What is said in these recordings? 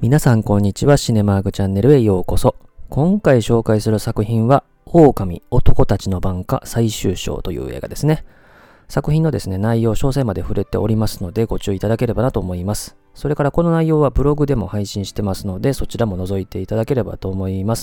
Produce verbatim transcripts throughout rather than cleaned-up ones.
皆さんこんにちは。シネマーグチャンネルへようこそ。今回紹介する作品は狼男たちの挽歌最終章という映画ですね。作品のですね内容詳細まで触れておりますのでご注意いただければなと思います。それからこの内容はブログでも配信してますのでそちらも覗いていただければと思います。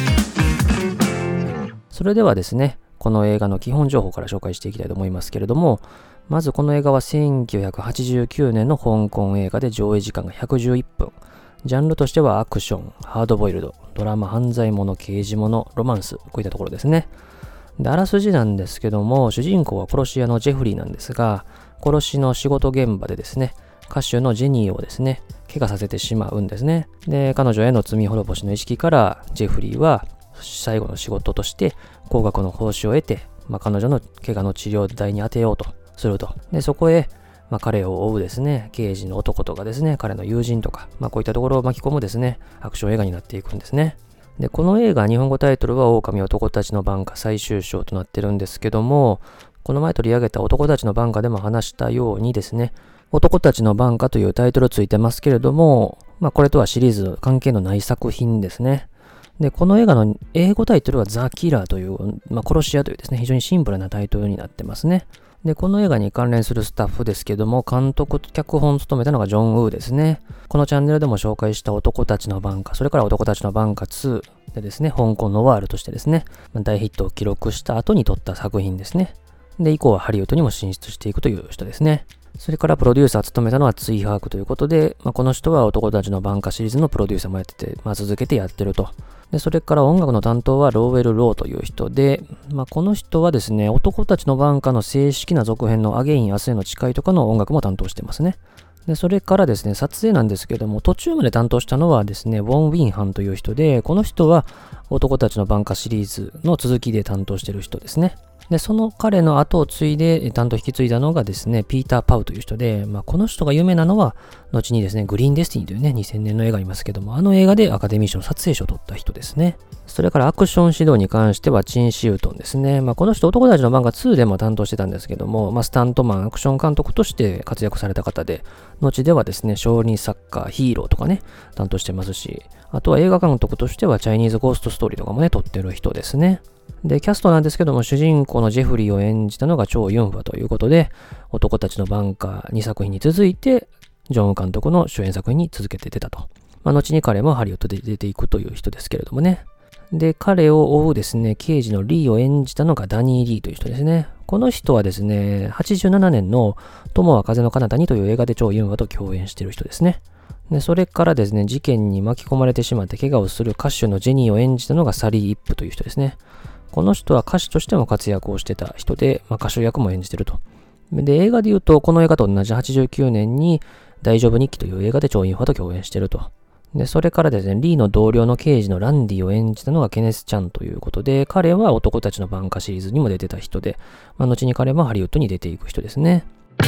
それではですねこの映画の基本情報から紹介していきたいと思いますけれども、まずこの映画はせんきゅうひゃくはちじゅうきゅうねんの香港映画で上映時間がひゃくじゅういっぷん。ジャンルとしてはアクション、ハードボイルド、ドラマ、犯罪者、刑事物、ロマンス、こういったところですね。で、あらすじなんですけども、主人公は殺し屋のジェフリーなんですが、殺しの仕事現場でですね、歌手のジェニーをですね、怪我させてしまうんですね。で、彼女への罪滅ぼしの意識から、ジェフリーは最後の仕事として高額の報酬を得て、まあ、彼女の怪我の治療代に充てようとすると。で、そこへ、まあ、彼を追うですね、刑事の男とかですね、彼の友人とか、まあ、こういったところを巻き込むですね、アクション映画になっていくんですね。で、この映画、日本語タイトルは狼男たちの挽歌最終章となってるんですけども、この前取り上げた男たちの挽歌でも話したようにですね、男たちの挽歌というタイトルついてますけれども、まあ、これとはシリーズ関係のない作品ですね。で、この映画の英語タイトルはザ・キラーという、まあ、殺し屋というですね、非常にシンプルなタイトルになってますね。で、この映画に関連するスタッフですけども、監督と脚本を務めたのがジョン・ウーですね。このチャンネルでも紹介した男たちの挽歌、それから男たちの挽歌ツーでですね、香港ノワールとしてですね、大ヒットを記録した後に撮った作品ですね。で、以降はハリウッドにも進出していくという人ですね。それからプロデューサーを務めたのはツイハークということで、まあ、この人は男たちの挽歌シリーズのプロデューサーもやってて、まあ、続けてやってると。で、それから音楽の担当はローウェル・ローという人で、まあ、この人はですね、男たちの挽歌の正式な続編のアゲイン・明日への誓いとかの音楽も担当してますね。で、それからですね、撮影なんですけども、途中まで担当したのはですね、ウォン・ウィンハンという人で、この人は男たちの挽歌シリーズの続きで担当してる人ですね。で、その彼の後を継いで担当引き継いだのがですね、ピーター・パウという人で、まあ、この人が有名なのは、後にですね、グリーン・デスティニーというね、にせんねんの映画ありますけども、あの映画でアカデミー賞撮影賞を取った人ですね。それからアクション指導に関してはチン・シウトンですね。まあ、この人男たちの挽歌ツーでも担当してたんですけども、まあ、スタントマン、アクション監督として活躍された方で、後ではですね、少林サッカー、ヒーローとかね、担当してますし、あとは映画監督としてはチャイニーズ・ゴースト・ストーリーとかもね、撮ってる人ですね。で、キャストなんですけども、主人公のジェフリーを演じたのがチョウ・ユンファということで、男たちの挽歌にさく品に続いて、ジョンウ監督の主演作品に続けて出たと。まあ、後に彼もハリウッドで出ていくという人ですけれどもね。で、彼を追うですね、刑事のリーを演じたのがダニー・リーという人ですね。この人はですね、はちじゅうななねんの友は風の彼方にという映画でチョウ・ユンファと共演している人ですね。で、それからですね、事件に巻き込まれてしまって怪我をする歌手のジェニーを演じたのがサリー・イップという人ですね。この人は歌手としても活躍をしてた人で、まあ、歌手役も演じてると。で、映画で言うと、この映画と同じはちじゅうきゅうねんに大丈夫日記という映画でチョウ・ユンファと共演してると。で、それからですね、リーの同僚の刑事のランディを演じたのがケネス・チャンということで、彼は男たちの挽歌シリーズにも出てた人で、まあ、後に彼もハリウッドに出ていく人ですね。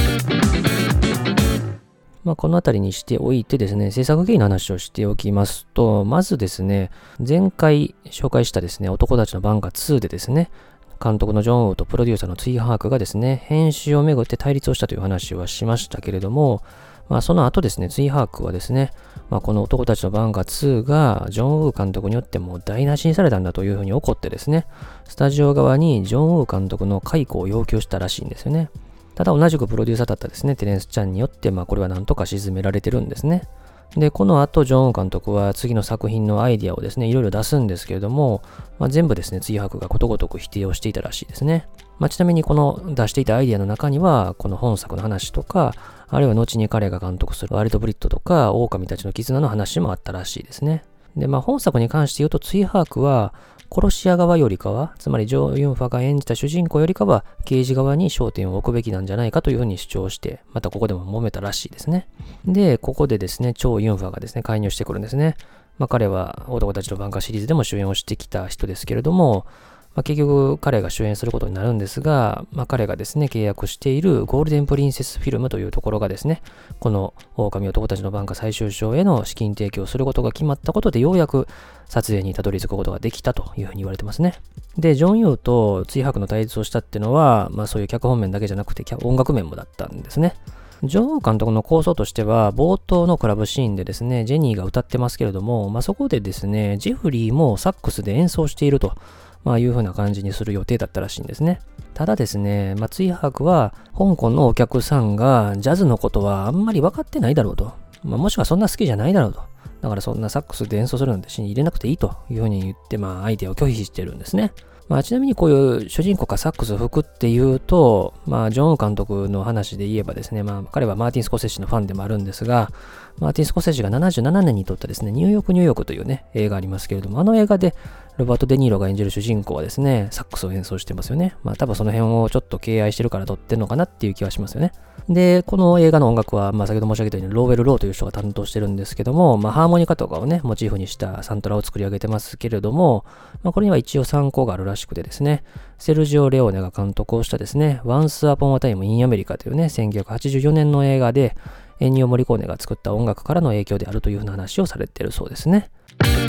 まあ、このあたりにしておいてですね、制作経緯の話をしておきますと、まずですね、前回紹介したですね、男たちの挽歌ツーでですね、監督のジョン・ウーとプロデューサーのツイハークがですね、編集をめぐって対立をしたという話はしましたけれども、まあ、その後ですね、ツイハークはですね、まあ、この男たちの挽歌ツーがジョン・ウー監督によってもう台無しにされたんだというふうに怒ってですね、スタジオ側にジョン・ウー監督の解雇を要求したらしいんですよね。ただ同じくプロデューサーだったですね、テレンス・チャンによって、まあこれはなんとか沈められてるんですね。で、この後、ジョン監督は次の作品のアイディアをですね、いろいろ出すんですけれども、まあ、全部ですね、ツイハークがことごとく否定をしていたらしいですね。まあ、ちなみにこの出していたアイディアの中には、この本作の話とか、あるいは後に彼が監督するワイルドブリッドとか、狼たちの絆の話もあったらしいですね。で、まあ本作に関して言うと、ツイハークは、殺し屋側よりかは、つまりジョー・ユンファが演じた主人公よりかは、刑事側に焦点を置くべきなんじゃないかというふうに主張して、またここでも揉めたらしいですね。で、ここでですね、チョウ・ユンファがですね、介入してくるんですね。まあ彼は男たちの挽歌シリーズでも主演をしてきた人ですけれども、まあ、結局彼が主演することになるんですが、まあ、彼がですね、契約しているゴールデンプリンセスフィルムというところがですね、この狼男たちの挽歌最終章への資金提供することが決まったことで、ようやく撮影にたどり着くことができたというふうに言われてますね。で、ジョン・ユーとツイハークの対立をしたっていうのは、まあそういう脚本面だけじゃなくて音楽面もだったんですね。 ジョンウン監督の構想としては、冒頭のクラブシーンでですね、ジェニーが歌ってますけれども、まあ、そこでですね、ジェフリーもサックスで演奏していると、まあ、いう風な感じにする予定だったらしいんですね。ただですね、まあ、ツイハークは、香港のお客さんがジャズのことはあんまり分かってないだろうと。まあ、もしくはそんな好きじゃないだろうと。だからそんなサックスで演奏するなんてシーン入れなくていいという風に言って、まあ、アイデアを拒否してるんですね。まあ、ちなみにこういう主人公がサックスを吹くっていうと、まあ、ジョンウン監督の話で言えばですね、まあ、彼はマーティン・スコセッシのファンでもあるんですが、マーティン・スコセッシがななじゅうななねんに撮ったですね、ニューヨーク・ニューヨークというね、映画ありますけれども、あの映画でロバート・デ・ニーロが演じる主人公はですね、サックスを演奏してますよね。まあ、多分その辺をちょっと敬愛してるから撮ってるのかなっていう気はしますよね。で、この映画の音楽は、まあ、先ほど申し上げたように、ローウェル・ローという人が担当してるんですけども、まあ、ハーモニカとかをね、モチーフにしたサントラを作り上げてますけれども、まあ、これには一応参考があるらしくてですね、セルジオ・レオネが監督をしたですね、Once Upon a Time in America というね、せんきゅうひゃくはちじゅうよねんの映画で、エンニオ・モリコーネが作った音楽からの影響であるというふうな話をされているそうですね。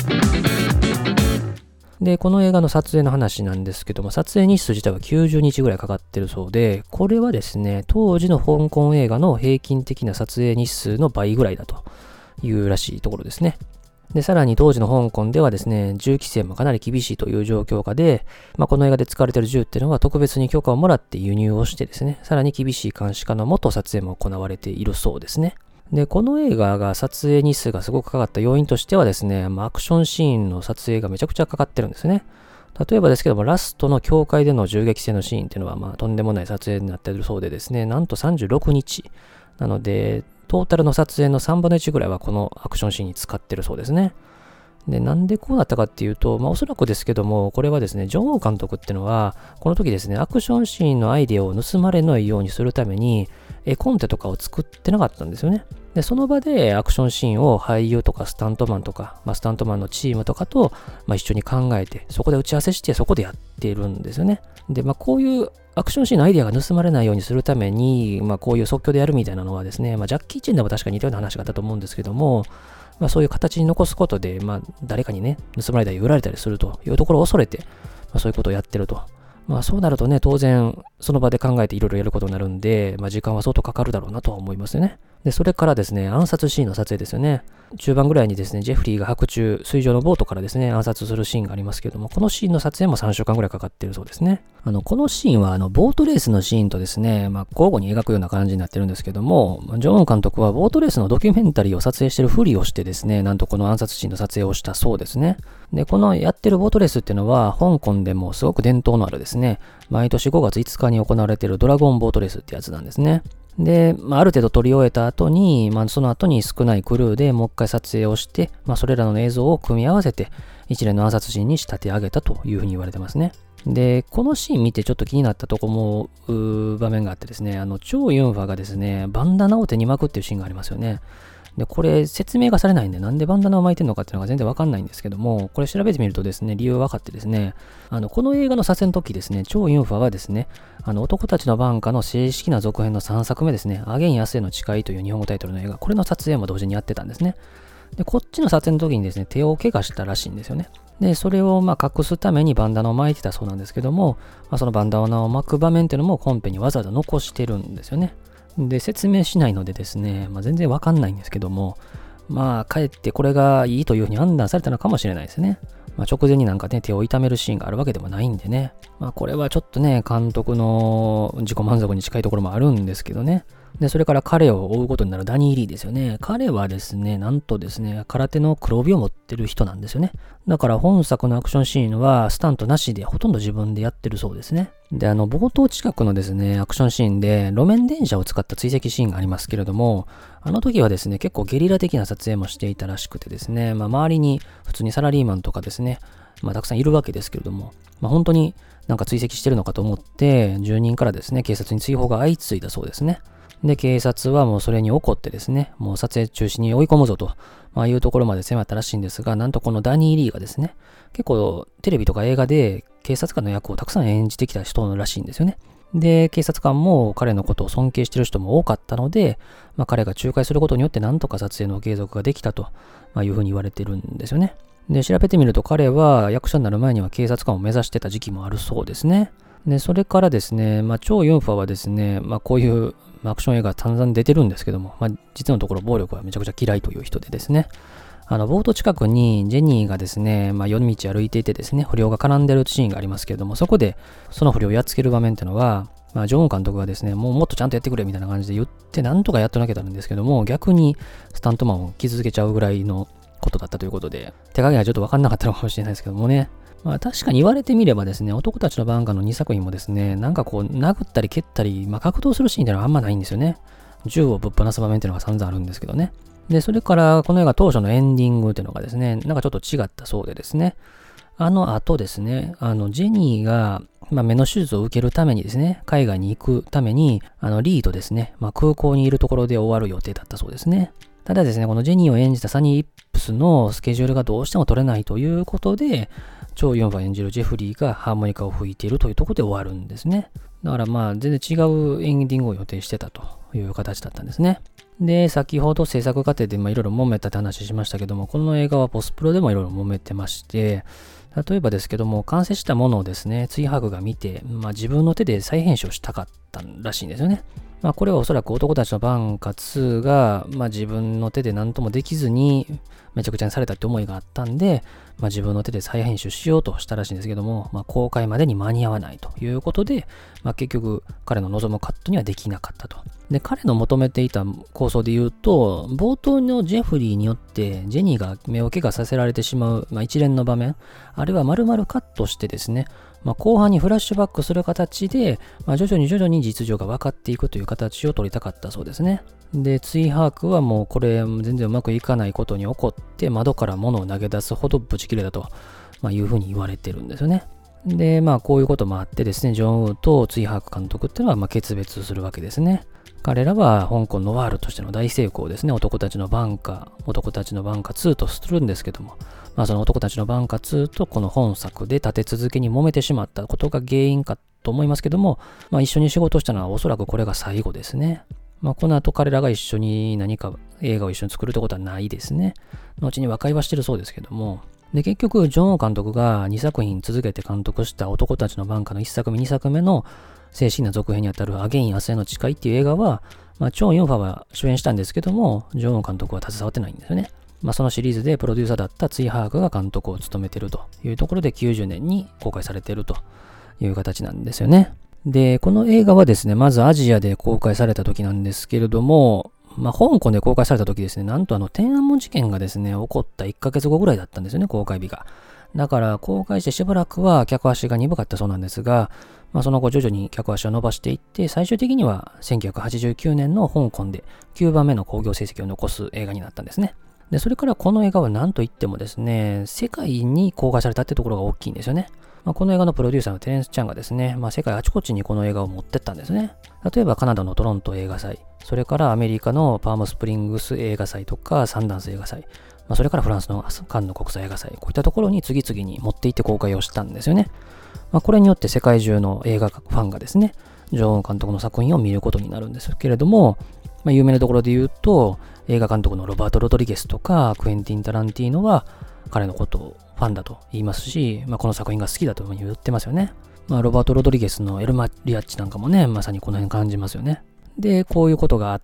で、この映画の撮影の話なんですけども、撮影日数自体はきゅうじゅうにちぐらいかかってるそうで、これはですね、当時の香港映画の平均的な撮影日数の倍ぐらいだというらしいところですね。で、さらに当時の香港ではですね、銃規制もかなり厳しいという状況下で、まあ、この映画で使われている銃っていうのは特別に許可をもらって輸入をしてですね、さらに厳しい監視下のもと撮影も行われているそうですね。で、この映画が撮影日数がすごくかかった要因としてはですね、まあ、アクションシーンの撮影がめちゃくちゃかかってるんですね。例えばですけども、ラストの教会での銃撃戦のシーンっていうのは、まあ、とんでもない撮影になっているそうでですね、なんとさんじゅうろくにち。なので、トータルの撮影のさんぶんのいちぐらいはこのアクションシーンに使ってるそうですね。で、なんでこうなったかっていうと、まあおそらくですけども、これはですね、ジョンウン監督っていうのは、この時ですね、アクションシーンのアイデアを盗まれないようにするために、絵コンテとかを作ってなかったんですよね。で、その場でアクションシーンを俳優とかスタントマンとか、まあ、スタントマンのチームとかと、まあ、一緒に考えて、そこで打ち合わせして、そこでやっているんですよね。で、まあ、こういうアクションシーンのアイデアが盗まれないようにするために、まあ、こういう即興でやるみたいなのはですね、まあ、ジャッキー・チェンでも確かに似たような話があったと思うんですけども、まあ、そういう形に残すことで、まあ、誰かにね、盗まれたり売られたりするというところを恐れて、まあ、そういうことをやってると。まあ、そうなるとね、当然、その場で考えていろいろやることになるんで、まあ、時間は相当かかるだろうなとは思いますよね。で、それからですね、暗殺シーンの撮影ですよね。中盤ぐらいにですね、ジェフリーが白昼、水上のボートからですね、暗殺するシーンがありますけれども、このシーンの撮影もさんしゅうかんぐらいかかっているそうですね。あの、このシーンは、あの、ボートレースのシーンとですね、まあ、交互に描くような感じになってるんですけども、ジョンウン監督はボートレースのドキュメンタリーを撮影してるふりをしてですね、なんとこの暗殺シーンの撮影をしたそうですね。で、このやってるボートレースっていうのは、香港でもすごく伝統のあるですね、毎年ごがついつかに行われているドラゴンボートレースってやつなんですね。で、まあ、ある程度撮り終えた後に、まあ、その後に少ないクルーでもう一回撮影をして、まあ、それらの映像を組み合わせて、一連の暗殺シーンに仕立て上げたというふうに言われてますね。で、このシーン見てちょっと気になったとこも、場面があってですね、あの、チョウ・ユンファがですね、バンダナを手に巻くっていうシーンがありますよね。で、これ説明がされないんで、なんでバンダナを巻いてるのかっていうのが全然わかんないんですけども、これ調べてみるとですね、理由が分かってですね、あの、この映画の撮影の時ですね、チョウ・ユンファはですね、あの、男たちの挽歌の正式な続編のさんさくめですね、アゲイン・明日への誓いという日本語タイトルの映画、これの撮影も同時にやってたんですね。で、こっちの撮影の時にですね、手を怪我したらしいんですよね。で、それをまあ隠すためにバンダナを巻いてたそうなんですけども、まあ、そのバンダナを巻く場面っていうのも本編にわざわざ残してるんですよね。で、説明しないのでですね、まあ、全然わかんないんですけども、まあ、かえってこれがいいというふうに判断されたのかもしれないですね。まあ、直前になんかね、手を痛めるシーンがあるわけでもないんでね。まあ、これはちょっとね、監督の自己満足に近いところもあるんですけどね。で、それから彼を追うことになるダニー・リーですよね。彼はですね、なんとですね、空手の黒帯を持ってる人なんですよね。だから本作のアクションシーンはスタントなしでほとんど自分でやってるそうですね。で、あの、冒頭近くのですね、アクションシーンで路面電車を使った追跡シーンがありますけれども、あの時はですね、結構ゲリラ的な撮影もしていたらしくてですね、まあ周りに普通にサラリーマンとかですね、まあたくさんいるわけですけれども、まあ本当になんか追跡してるのかと思って、住人からですね、警察に追放が相次いだそうですね。で、警察はもうそれに怒ってですね、もう撮影中止に追い込むぞと、まあいうところまで迫ったらしいんですが、なんとこのダニー・リーがですね、結構テレビとか映画で警察官の役をたくさん演じてきた人らしいんですよね。で、警察官も彼のことを尊敬している人も多かったので、まあ彼が仲介することによってなんとか撮影の継続ができたと、まあ、いうふうに言われてるんですよね。で、調べてみると彼は役者になる前には警察官を目指してた時期もあるそうですね。で、それからですね、まあ、チョウ・ユンファはですね、まあ、こういう、 まあ、アクション映画散々出てるんですけども、まあ、実のところ暴力はめちゃくちゃ嫌いという人でですね、あの、冒頭近くにジェニーがですね、まあ、夜道歩いていてですね、不良が絡んでるシーンがありますけれども、そこでその不良をやっつける場面っていうのは、まあ、ジョン監督がですね、もうもっとちゃんとやってくれみたいな感じで言って、なんとかやっとなきゃなんですけども、逆にスタントマンを傷つけちゃうぐらいのことだったということで、手加減はちょっと分かんなかったのかもしれないですけどもね。まあ確かに言われてみればですね、男たちのバンカーのにさく品もですね、なんかこう殴ったり蹴ったり、まあ格闘するシーンっていうのはあんまないんですよね。銃をぶっ放す場面っていうのが散々あるんですけどね。で、それからこの映画当初のエンディングっていうのがですね、なんかちょっと違ったそうでですね、あの後ですね、あのジェニーが、まあ、目の手術を受けるためにですね、海外に行くために、あのリーとですね、まあ、空港にいるところで終わる予定だったそうですね。ただですね、このジェニーを演じたサニー・イップスのスケジュールがどうしても取れないということで、チョウ・ユンファ演じるジェフリーがハーモニカを吹いているというところで終わるんですね。だからまあ全然違うエンディングを予定してたという形だったんですね。で、先ほど制作過程でいろいろ揉めたって話しましたけども、この映画はポスプロでもいろいろ揉めてまして、例えばですけども、完成したものをですね、ツイハーグが見て、まあ、自分の手で再編集をしたかったらしいんですよね。まあ、これはおそらく男たちのバンカツーが、まあ、自分の手で何ともできずに、めちゃくちゃにされたって思いがあったんで、まあ、自分の手で再編集しようとしたらしいんですけども、まあ、公開までに間に合わないということで、まあ、結局彼の望むカットにはできなかったと。で、彼の求めていた構想で言うと、冒頭のジェフリーによってジェニーが目を怪我させられてしまう、まあ、一連の場面、あれは丸々カットしてですね、まあ、後半にフラッシュバックする形で、まあ、徐々に徐々に実情が分かっていくという形を取りたかったそうですね。で、ツイハークはもうこれ全然うまくいかないことに怒って窓から物を投げ出すほどブチ切れだと、まあ、いうふうに言われてるんですよね。で、まあこういうこともあってですね、ジョン・ウーとツイハーク監督っていうのはまあ決別するわけですね。彼らは香港ノワールとしての大成功ですね、男たちのバンカー、男たちのバンカツーとするんですけども、まあその男たちのバンカツーとこの本作で立て続けに揉めてしまったことが原因かと思いますけども、まあ一緒に仕事したのはおそらくこれが最後ですね。まあこの後彼らが一緒に何か映画を一緒に作るってことはないですね。後に和解はしてるそうですけども、で結局ジョン・ウー監督がにさく品続けて監督した男たちのバンカーのいっさくめにさくめの正式な続編にあたるアゲイン明日への誓いっていう映画は、まあ、チョン・ユンファは主演したんですけども、ジョン・ウー監督は携わってないんですよね。まあ、そのシリーズでプロデューサーだったツイハークが監督を務めているというところできゅうじゅうねんに公開されているという形なんですよね。で、この映画はですね、まずアジアで公開された時なんですけれども、まあ、香港で公開された時ですね、なんとあの天安門事件がですね、起こったいっかげつごぐらいだったんですよね、公開日が。だから公開してしばらくは客足が鈍かったそうなんですが、まあ、その後徐々に客足を伸ばしていって、最終的にはせんきゅうひゃくはちじゅうきゅうねんの香港できゅうばんめの興行成績を残す映画になったんですね。で、それからこの映画は何と言ってもですね、世界に公開されたってところが大きいんですよね。まあ、この映画のプロデューサーのテレンス・チャンがですね、まあ、世界あちこちにこの映画を持ってったんですね。例えばカナダのトロント映画祭、それからアメリカのパームスプリングス映画祭とかサンダンス映画祭、まあ、それからフランスのカンヌ国際映画祭、こういったところに次々に持って行って公開をしたんですよね。まあ、これによって世界中の映画ファンがですね、ジョン監督の作品を見ることになるんですけれども、まあ、有名なところで言うと、映画監督のロバート・ロドリゲスとかクエンティン・タランティーノは彼のことをファンだと言いますし、まあ、この作品が好きだというふうに言ってますよね。まあ、ロバート・ロドリゲスのエルマリアッチなんかもね、まさにこの辺感じますよね。で、こういうことがあって、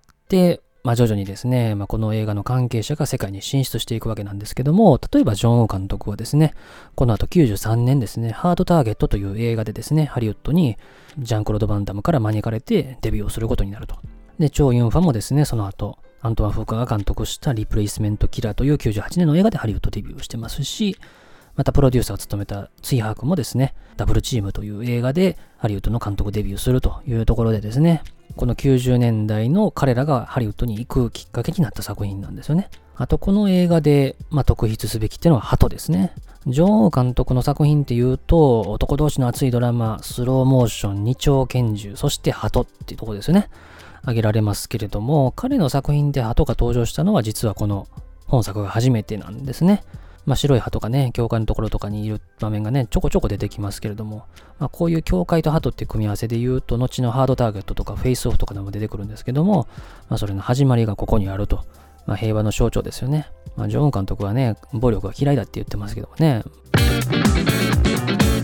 まあ、徐々にですね、まあ、この映画の関係者が世界に進出していくわけなんですけども、例えばジョン・ウー監督はですね、この後きゅうじゅうさんねんですね、ハードターゲットという映画でですね、ハリウッドにジャンクロード・バンダムから招かれてデビューをすることになると。で、チョウ・ユンファもですね、その後、アントワン・フーカーが監督したリプレイスメント・キラーというきゅうじゅうはちねんの映画でハリウッドデビューしてますし、またプロデューサーを務めたツイハークもですね、ダブルチームという映画でハリウッドの監督デビューするというところでですね、このきゅうじゅうねんだいの彼らがハリウッドに行くきっかけになった作品なんですよね。あとこの映画で、まあ、特筆すべきっていうのはハトですね。ジョン・ウー監督の作品っていうと、男同士の熱いドラマ、スローモーション、二丁拳銃、そしてハトっていうところですよね。挙げられますけれども、彼の作品でハトが登場したのは実はこの本作が初めてなんですね。まあ、白い鳩がね、教会のところとかにいる場面がね、ちょこちょこ出てきますけれども、まあ、こういう教会と鳩っていう組み合わせで言うと、後のハードターゲットとかフェイスオフとかでも出てくるんですけども、まあ、それの始まりがここにあると。まあ、平和の象徴ですよね。まあ、ジョン監督はね、暴力が嫌いだって言ってますけどもね。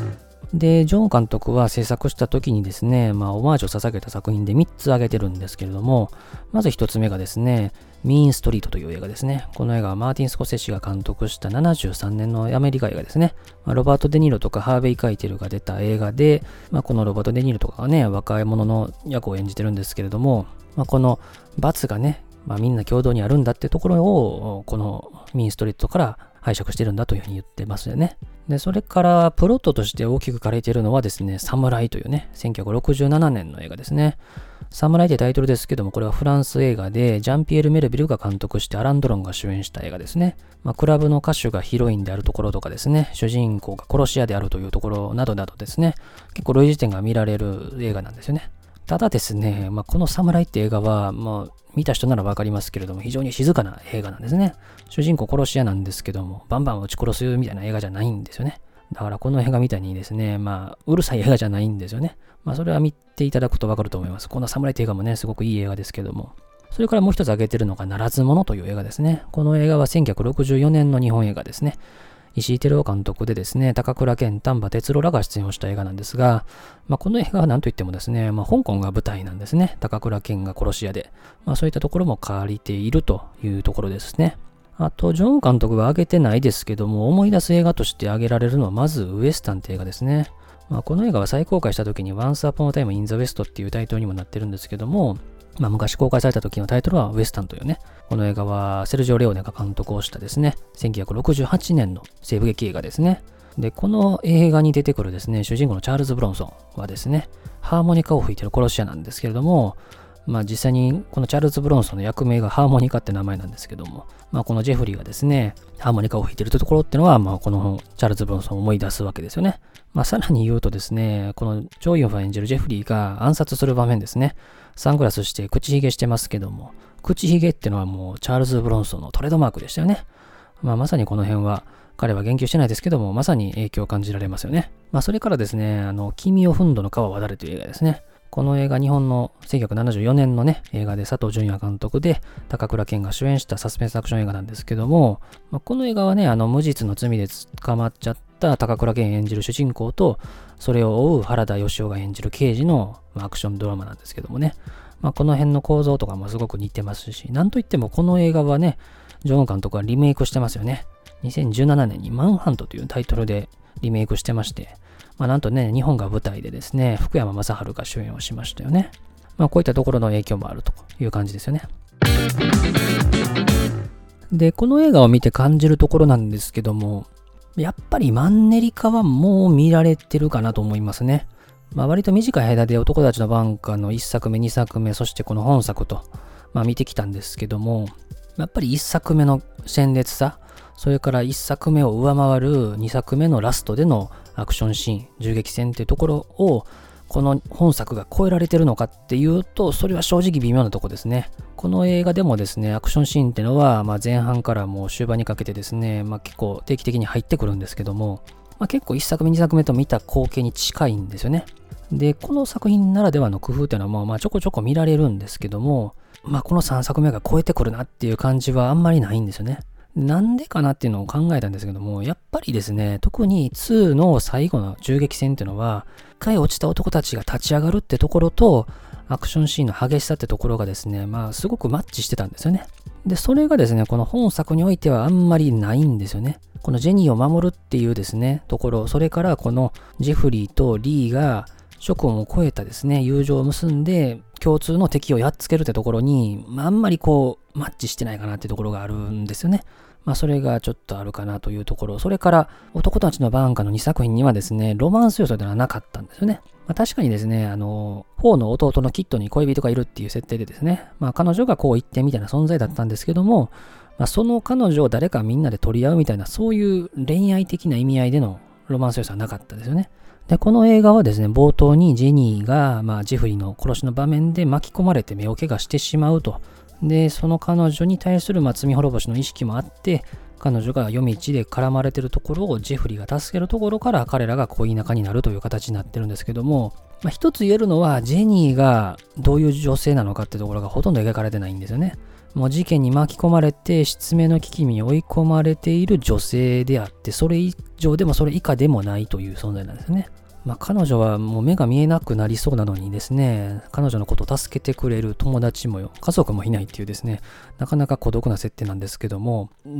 で、ジョン監督は制作した時にですね、まあ、オマージュを捧げた作品でみっつ挙げてるんですけれども、まずひとつめがですね、ミーンストリートという映画ですね。この映画はマーティン・スコセッシが監督したななじゅうさんねんのアメリカ映画ですね。まあ、ロバート・デ・ニーロとかハーベイ・カイテルが出た映画で、まあ、このロバート・デ・ニーロとかがね、若い者の役を演じてるんですけれども、まあ、この罰がね、まあ、みんな共同にあるんだってところを、このミーンストリートから拝借してるんだというふうに言ってますよね。で、それからプロットとして大きく書かれているのはですね、サムライというね、せんきゅうひゃくろくじゅうななねんの映画ですね。サムライってタイトルですけども、これはフランス映画で、ジャンピエール・メルビルが監督してアラン・ドロンが主演した映画ですね。まあ、クラブの歌手がヒロインであるところとかですね、主人公が殺し屋であるというところなどなどですね、結構類似点が見られる映画なんですよね。ただですね、まあ、このサムライって映画は、まあ、見た人ならわかりますけれども、非常に静かな映画なんですね。主人公殺し屋なんですけども、バンバン撃ち殺すみたいな映画じゃないんですよね。だからこの映画みたいにですね、まあ、うるさい映画じゃないんですよね。まあ、それは見ていただくとわかると思います。このサムライって映画もね、すごくいい映画ですけども。それからもう一つ挙げてるのが、ならず者という映画ですね。この映画はせんきゅうひゃくろくじゅうよねんの日本映画ですね。石井照夫監督でですね、高倉健、丹波哲郎らが出演をした映画なんですが、まあ、この映画は何といってもですね、まあ、香港が舞台なんですね。高倉健が殺し屋で。まあ、そういったところも借りているというところですね。あと、ジョン監督は挙げてないですけども、思い出す映画として挙げられるのは、まずウエスタンって映画ですね。まあ、この映画は再公開した時に Once Upon a Time in the West っていうタイトルにもなってるんですけども、まあ、昔公開された時のタイトルはウエスタンというね、この映画はセルジオ・レオネが監督をしたですね、せんきゅうひゃくろくじゅうはちねんの西部劇映画ですね。で、この映画に出てくるですね、主人公のチャールズ・ブロンソンはですね、ハーモニカを吹いてる殺し屋なんですけれども、まあ実際にこのチャールズ・ブロンソンの役名がハーモニカって名前なんですけども、まあこのジェフリーがですね、ハーモニカを弾いてるところっていうのは、まあこのチャールズ・ブロンソンを思い出すわけですよね。まあさらに言うとですね、このジョイオフが演じるジェフリーが暗殺する場面ですね。サングラスして口ひげしてますけども、口ひげっていうのはもうチャールズ・ブロンソンのトレードマークでしたよね。まあまさにこの辺は、彼は言及してないですけども、まさに影響を感じられますよね。まあそれからですね、あの、君をふんどの川を渡れという映画ですね。この映画、日本のせんきゅうひゃくななじゅうよねんのね、映画で佐藤淳也監督で、高倉健が主演したサスペンスアクション映画なんですけども、まあ、この映画はね、あの、無実の罪で捕まっちゃった高倉健演じる主人公と、それを追う原田芳雄が演じる刑事のアクションドラマなんですけどもね、まあ、この辺の構造とかもすごく似てますし、なんといってもこの映画はね、ジョン監督はリメイクしてますよね。にせんじゅうななねんにマンハントというタイトルでリメイクしてまして、まあ、なんとね、日本が舞台でですね、福山雅治が主演をしましたよね。まあ、こういったところの影響もあるという感じですよね。で、この映画を見て感じるところなんですけども、やっぱりマンネリ化はもう見られてるかなと思いますね。まあ、割と短い間で男たちのバンカーのいっさくめ、にさくめ、そしてこの本作と、まあ、見てきたんですけども、やっぱりいっさくめの鮮烈さ、それからいっさくめを上回るにさくめのラストでのアクションシーン、銃撃戦っていうところを、この本作が超えられてるのかっていうと、それは正直微妙なとこですね。この映画でもですね、アクションシーンっていうのは、まあ、前半からもう終盤にかけてですね、まあ、結構定期的に入ってくるんですけども、まあ、結構いっさくめ、にさくめと見た光景に近いんですよね。で、この作品ならではの工夫っていうのはもう、まあ、ちょこちょこ見られるんですけども、まあ、このさんさくめが超えてくるなっていう感じはあんまりないんですよね。なんでかなっていうのを考えたんですけども、やっぱりですね、特ににの最後の銃撃戦っていうのは、一回落ちた男たちが立ち上がるってところと、アクションシーンの激しさってところがですね、まあすごくマッチしてたんですよね。で、それがですね、この本作においてはあんまりないんですよね。このジェニーを守るっていうですね、ところ、それからこのジェフリーとリーが諸君を超えたですね、友情を結んで、共通の敵をやっつけるってところに、まあ、あんまりこう、マッチしてないかなってところがあるんですよね。まあ、それがちょっとあるかなというところ。それから、男たちのバンカのにさく品にはですね、ロマンス要素ではなかったんですよね。まあ、確かにですね、あの、フォーの弟のキッドに恋人がいるっていう設定でですね、まあ、彼女がこう言ってみたいな存在だったんですけども、まあ、その彼女を誰かみんなで取り合うみたいな、そういう恋愛的な意味合いでのロマンス要素はなかったですよね。で、この映画はですね、冒頭にジェニーが、まあ、ジェフリーの殺しの場面で巻き込まれて目を怪我してしまうと。で、その彼女に対する、まあ、罪滅ぼしの意識もあって、彼女が夜道で絡まれてるところをジェフリーが助けるところから彼らが恋仲になるという形になってるんですけども、まあ、一つ言えるのは、ジェニーがどういう女性なのかってところがほとんど描かれてないんですよね。もう事件に巻き込まれて失明の危機に追い込まれている女性であって、それ以上でもそれ以下でもないという存在なんですね。 まあ、彼女はもう目が見えなくなりそうなのにですね、彼女のことを助けてくれる友達もよ、家族もいないっていうですね、なかなか孤独な設定なんですけども、うん、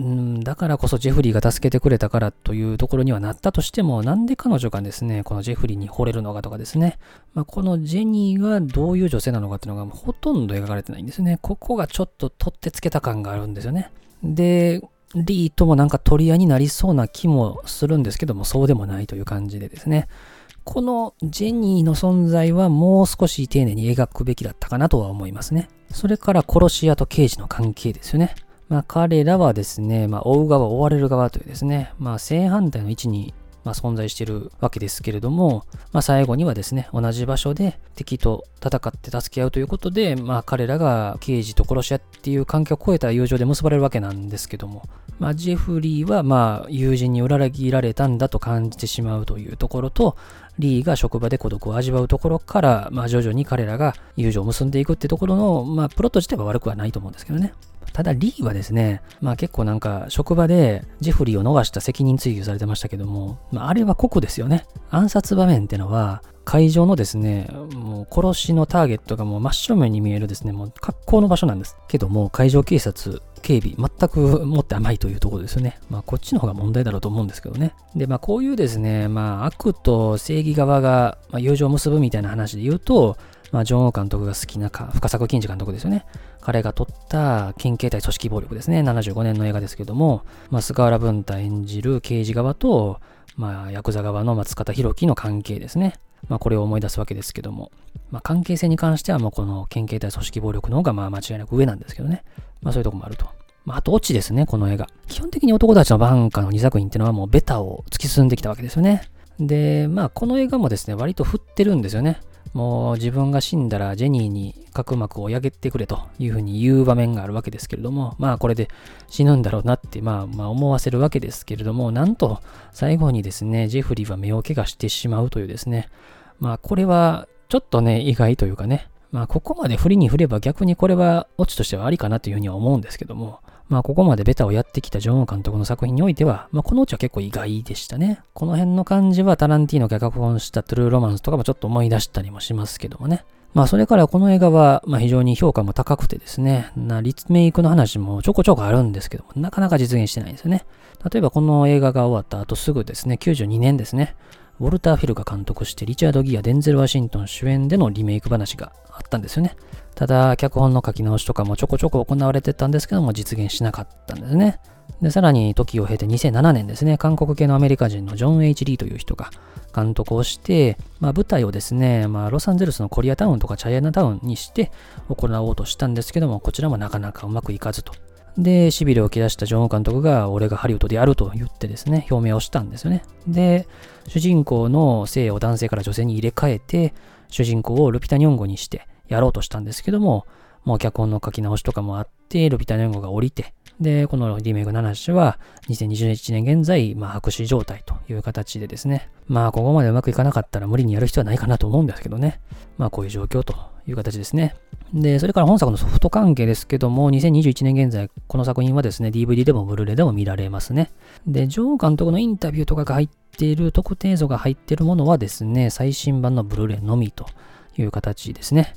だからこそジェフリーが助けてくれたからというところにはなったとしても、なんで彼女がですね、このジェフリーに惚れるのかとかですね、まあ、このジェニーがどういう女性なのかっていうのがほとんど描かれてないんですね。ここがちょっと取ってつけた感があるんですよね。で、リーともなんか取り合いになりそうな気もするんですけども、そうでもないという感じでですね、このジェニーの存在はもう少し丁寧に描くべきだったかなとは思いますね。それから殺し屋と刑事の関係ですよね。まあ彼らはですね、まあ追う側、追われる側というですね、まあ正反対の位置にまあ存在しているわけですけれども、まあ最後にはですね、同じ場所で敵と戦って助け合うということで、まあ彼らが刑事と殺し屋っていう関係を超えた友情で結ばれるわけなんですけども、まあジェフリーはまあ友人に裏切られたんだと感じてしまうというところと、リーが職場で孤独を味わうところから、まあ徐々に彼らが友情を結んでいくってところの、まあプロット自体は悪くはないと思うんですけどね。ただリーはですね、まあ結構なんか職場でジェフリーを逃した責任追及されてましたけども、まああれは酷ですよね。暗殺場面ってのは会場のですね、もう殺しのターゲットがもう真正面に見えるですね、もう格好の場所なんですけども、会場警察、警備、全くもって甘いというところですよね。まあこっちの方が問題だろうと思うんですけどね。で、まあこういうですね、まあ悪と正義側が友情を結ぶみたいな話で言うと、まあ、ジョン・オー監督が好きなか、深作欣二監督ですよね。彼が撮った県警対組織暴力ですね。ななじゅうごねんの映画ですけども、まあ、菅原文太演じる刑事側と、まあ、ヤクザ側の松方弘樹の関係ですね。まあ、これを思い出すわけですけども、まあ、関係性に関してはもうこの県警対組織暴力の方がまあ間違いなく上なんですけどね。まあ、そういうとこもあると。まあ、あとオチですね、この映画。基本的に男たちのバンカのにさく品っていうのはもうベタを突き進んできたわけですよね。で、まあ、この映画もですね、割と振ってるんですよね。もう自分が死んだらジェニーに角膜を焼けてくれというふうに言う場面があるわけですけれども、まあこれで死ぬんだろうなってまあまあ思わせるわけですけれども、なんと最後にですね、ジェフリーは目を怪我してしまうというですね、まあこれはちょっとね意外というかね、まあここまで振りに振れば逆にこれはオチとしてはありかなというふうには思うんですけども、まあここまでベタをやってきたジョン・オー監督の作品においては、まあこのオチは結構意外でしたね。この辺の感じはタランティーノが脚本したトゥルーロマンスとかもちょっと思い出したりもしますけどもね。まあそれからこの映画はまあ非常に評価も高くてですね、なリメイクの話もちょこちょこあるんですけども、なかなか実現してないんですよね。例えばこの映画が終わった後すぐですね、きゅうじゅうにねんですね、ウォルター・フィルが監督してリチャード・ギア、デンゼル・ワシントン主演でのリメイク話があったんですよね。ただ、脚本の書き直しとかもちょこちょこ行われてたんですけども、実現しなかったんですね。で、さらに時を経てにせんななねんですね、韓国系のアメリカ人のジョン・ H ・リーという人が監督をして、まあ、舞台をですね、まあ、ロサンゼルスのコリアタウンとかチャイナタウンにして行おうとしたんですけども、こちらもなかなかうまくいかずと。で、しびれを切らしたジョン監督が、俺がハリウッドでやると言ってですね、表明をしたんですよね。で、主人公の性を男性から女性に入れ替えて、主人公をルピタニョンゴにしてやろうとしたんですけども、もう脚本の書き直しとかもあって、ルピタニョンゴが降りて、で、このリメイクの話は、にせんにじゅういちねん現在、まあ、白紙状態という形でですね、まあ、ここまでうまくいかなかったら無理にやる必要はないかなと思うんですけどね。まあ、こういう状況という形ですね。で、それから本作のソフト関係ですけども、にせんにじゅういちねん現在、この作品はですね、ディーブイディー でもブルーレイでも見られますね。で、ジョー監督のインタビューとかが入っている、特定映像が入っているものはですね、最新版のブルーレイのみという形ですね。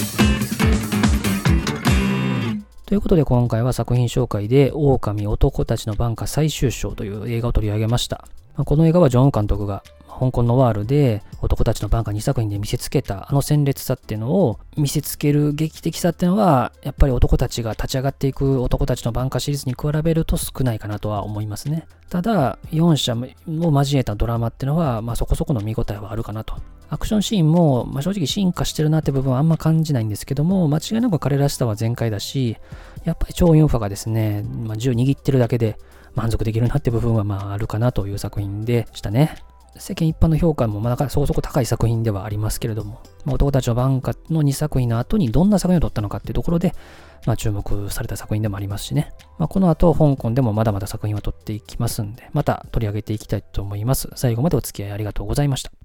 ということで今回は作品紹介で狼男たちの挽歌最終章という映画を取り上げました。この映画はジョン監督が香港ノワールで男たちの挽歌にさく品で見せつけたあの鮮烈さっていうのを見せつける劇的さっていうのはやっぱり男たちが立ち上がっていく男たちの挽歌シリーズに比べると少ないかなとは思いますね。ただよん社を交えたドラマっていうのはまあそこそこの見応えはあるかなと。アクションシーンも、まあ、正直進化してるなって部分はあんま感じないんですけども、間違いなく彼らしさは全開だし、やっぱり超ユンファがですね、まあ、銃握ってるだけで満足できるなって部分はまああるかなという作品でしたね。世間一般の評価もまあそこそこ高い作品ではありますけれども、まあ、男たちの挽歌のにさく品の後にどんな作品を撮ったのかっていうところで、まあ、注目された作品でもありますしね。まあ、この後香港でもまだまだ作品を撮っていきますんで、また取り上げていきたいと思います。最後までお付き合いありがとうございました。